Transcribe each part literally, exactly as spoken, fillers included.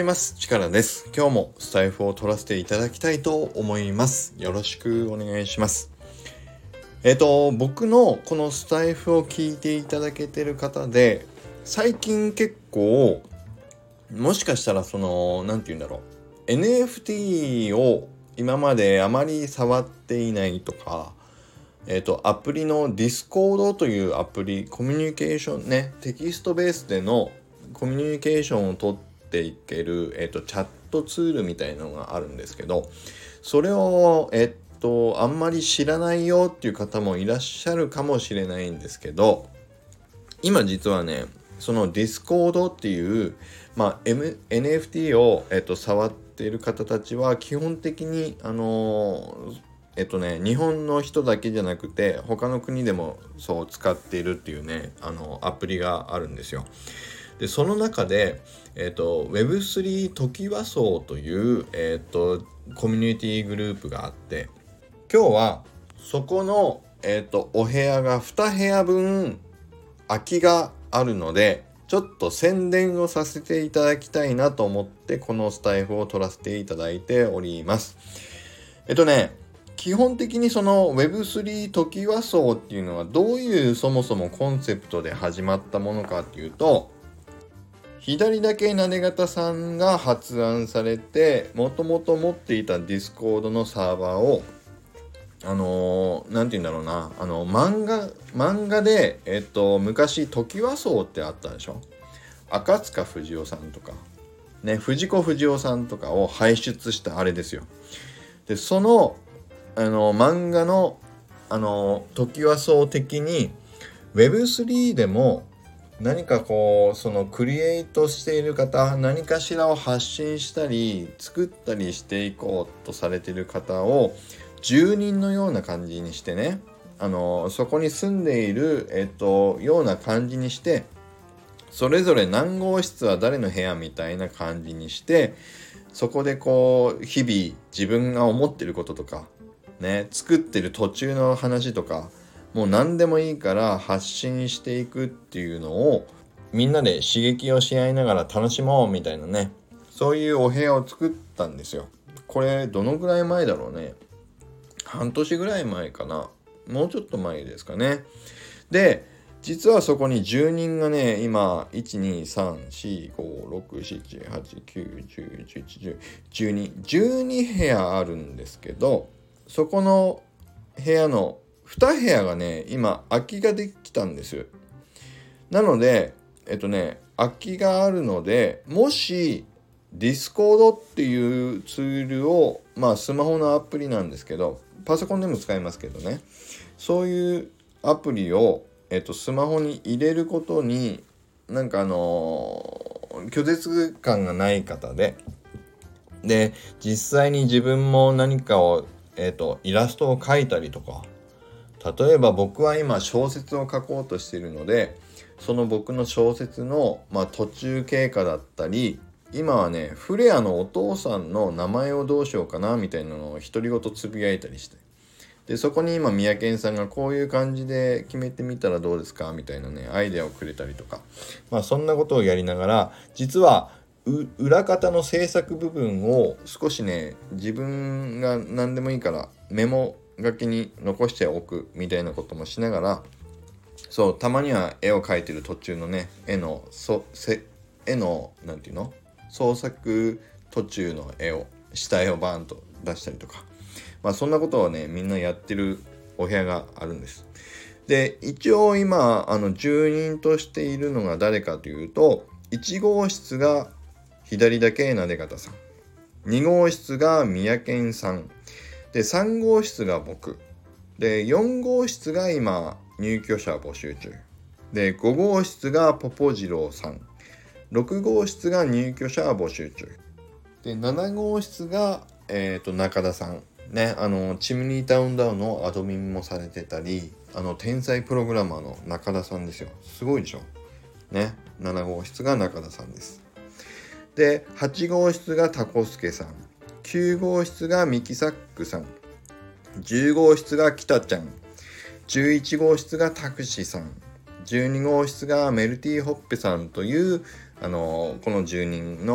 ます。チカラです。今日もスタイフを取らせていただきたいと思います。よろしくお願いします。えっと、僕のこのスタイフを聞いていただけてる方で、最近結構、もしかしたらその、なんて言うんだろう。エヌエフティー を今まであまり触っていないとか、えっと、アプリの Discord というアプリ、コミュニケーションね、テキストベースでのコミュニケーションを取っていける、えっと、チャットツールみたいなのがあるんですけど、それを、えっと、あんまり知らないよっていう方もいらっしゃるかもしれないんですけど、今実はね、その Discord っていう、まあ、M、エヌエフティー を、えっと、触っている方たちは基本的に、あのーえっとね、日本の人だけじゃなくて他の国でもそう使っているっていうね、あのアプリがあるんですよ。でその中で、えっと、ウェブスリー トキワ荘という、えっと、コミュニティグループがあって、今日はそこの、えっと、お部屋がに部屋分空きがあるので、ちょっと宣伝をさせていただきたいなと思ってこのスタイフを取らせていただいております。えっとね基本的にその ウェブスリー トキワ荘っていうのはどういうそもそもコンセプトで始まったものかっていうと、左だけなで方さんが発案されて、もともと持っていたディスコードのサーバーをあのー、なんて言うんだろうな、あの漫画漫画でえっと昔トキワ荘ってあったでしょ。赤塚不二夫さんとかね、藤子不二雄さんとかを輩出したあれですよ。でそのあの漫画のあのトキワ荘的に ウェブスリー でも何かこうそのクリエイトしている方、何かしらを発信したり作ったりしていこうとされている方を住人のような感じにしてね、あのそこに住んでいるえっとような感じにして、それぞれ何号室は誰の部屋みたいな感じにして、そこでこう日々自分が思ってることとかね、作ってる途中の話とか、もう何でもいいから発信していくっていうのをみんなで刺激をし合いながら楽しもうみたいなね、そういうお部屋を作ったんですよ。これどのぐらい前だろうね。半年ぐらい前かな。もうちょっと前ですかね。で実はそこに住人がね、今いちにさんよんごろくしちはちきゅうじゅうじゅういちじゅうじゅうにじゅうに部屋あるんですけど、そこの部屋のに部屋がね今空きができたんです。なのでえっとね空きがあるので、もし Discord っていうツールを、まあスマホのアプリなんですけど、パソコンでも使えますけどね、そういうアプリをえっとスマホに入れることになんかあのー、拒絶感がない方で、で実際に自分も何かをえっとイラストを描いたりとか、例えば僕は今小説を書こうとしているので、その僕の小説の、まあ、途中経過だったり、今はねフレアのお父さんの名前をどうしようかなみたいなのを独り言つぶやいたりして、でそこに今三宅さんがこういう感じで決めてみたらどうですかみたいなねアイデアをくれたりとか、まあそんなことをやりながら、実は裏方の制作部分を少しね自分が何でもいいからメモ書きに残しておくみたいなこともしながら、そうたまには絵を描いてる途中のね絵のそせ絵のなんていうの創作途中の絵を下絵をバーンと出したりとか、まあそんなことをねみんなやってるお部屋があるんです。で一応今あの住人としているのが誰かというと、いち号室が左だけなで方さん、に号室が三宅さんで、さん号室が僕で、よん号室が今入居者募集中で、ご号室がポポジローさん、ろく号室が入居者募集中で、なな号室が、えー、と中田さんね、あのチムニータウンダウンのアドミンもされてたり、あの天才プログラマーの中田さんですよ。すごいでしょね。なな号室が中田さんです。ではち号室がタコスケさん、きゅう号室がミキサックさん、じゅう号室がキタちゃん、じゅういち号室がタクシさん、じゅうに号室がメルティーホッペさんというあのこの住人の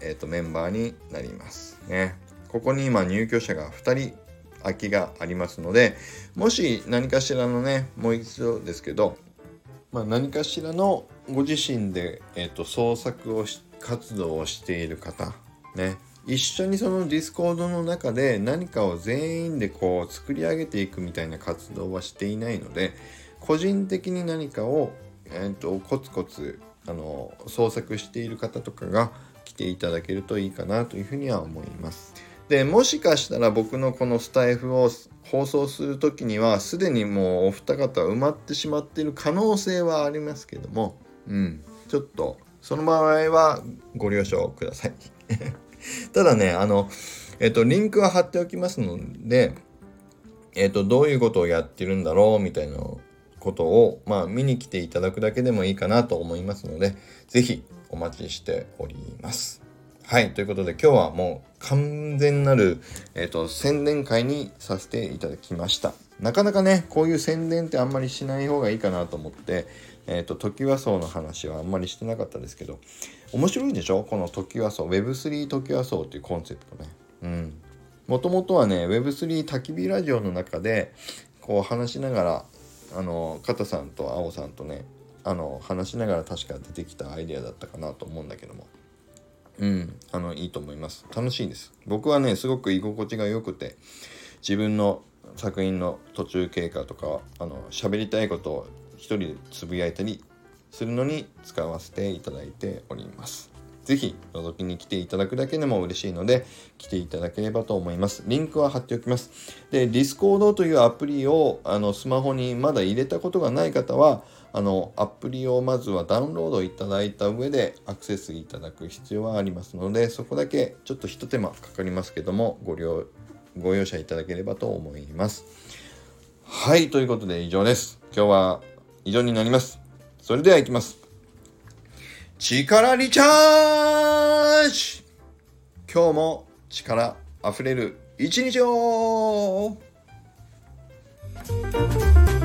えーと、メンバーになりますね。ここに今入居者がふたり空きがありますので、もし何かしらのね、もう一度ですけど、まあ、何かしらのご自身で、えーと、創作をし活動をしている方ね、一緒にそのディスコードの中で何かを全員でこう作り上げていくみたいな活動はしていないので、個人的に何かを、えーと、コツコツあの創作している方とかが来ていただけるといいかなというふうには思います。で、もしかしたら僕のこのスタイフを放送するときにはすでにもうお二方埋まってしまっている可能性はありますけども、うん、ちょっとその場合はご了承くださいただね、あのえっとリンクは貼っておきますので、えっとどういうことをやってるんだろうみたいなことをまあ見に来ていただくだけでもいいかなと思いますので、ぜひお待ちしております。はい、ということで今日はもう完全なる、えーと、宣伝会にさせていただきました。なかなかね、こういう宣伝ってあんまりしない方がいいかなと思って、えーと、トキワ荘の話はあんまりしてなかったですけど、面白いでしょこのトキワ荘、ウェブスリー トキワ荘っていうコンセプトね。うん。もともとはね、ウェブスリー 焚き火ラジオの中で、こう話しながら、あの、カタさんとアオさんとね、あの、話しながら確か出てきたアイデアだったかなと思うんだけども。うん、あのいいと思います。楽しいです。僕はねすごく居心地が良くて、自分の作品の途中経過とかあの喋りたいことを一人でつぶやいたりするのに使わせていただいております。ぜひ覗きに来ていただくだけでも嬉しいので来ていただければと思います。リンクは貼っておきます。で、Discord というアプリをあのスマホにまだ入れたことがない方はあのアプリをまずはダウンロードいただいた上でアクセスいただく必要はありますので、そこだけちょっと一手間かかりますけどもご了ご容赦いただければと思います。はい、ということで以上です。今日は以上になります。それではいきます。力リチャージ。今日も力あふれる一日を。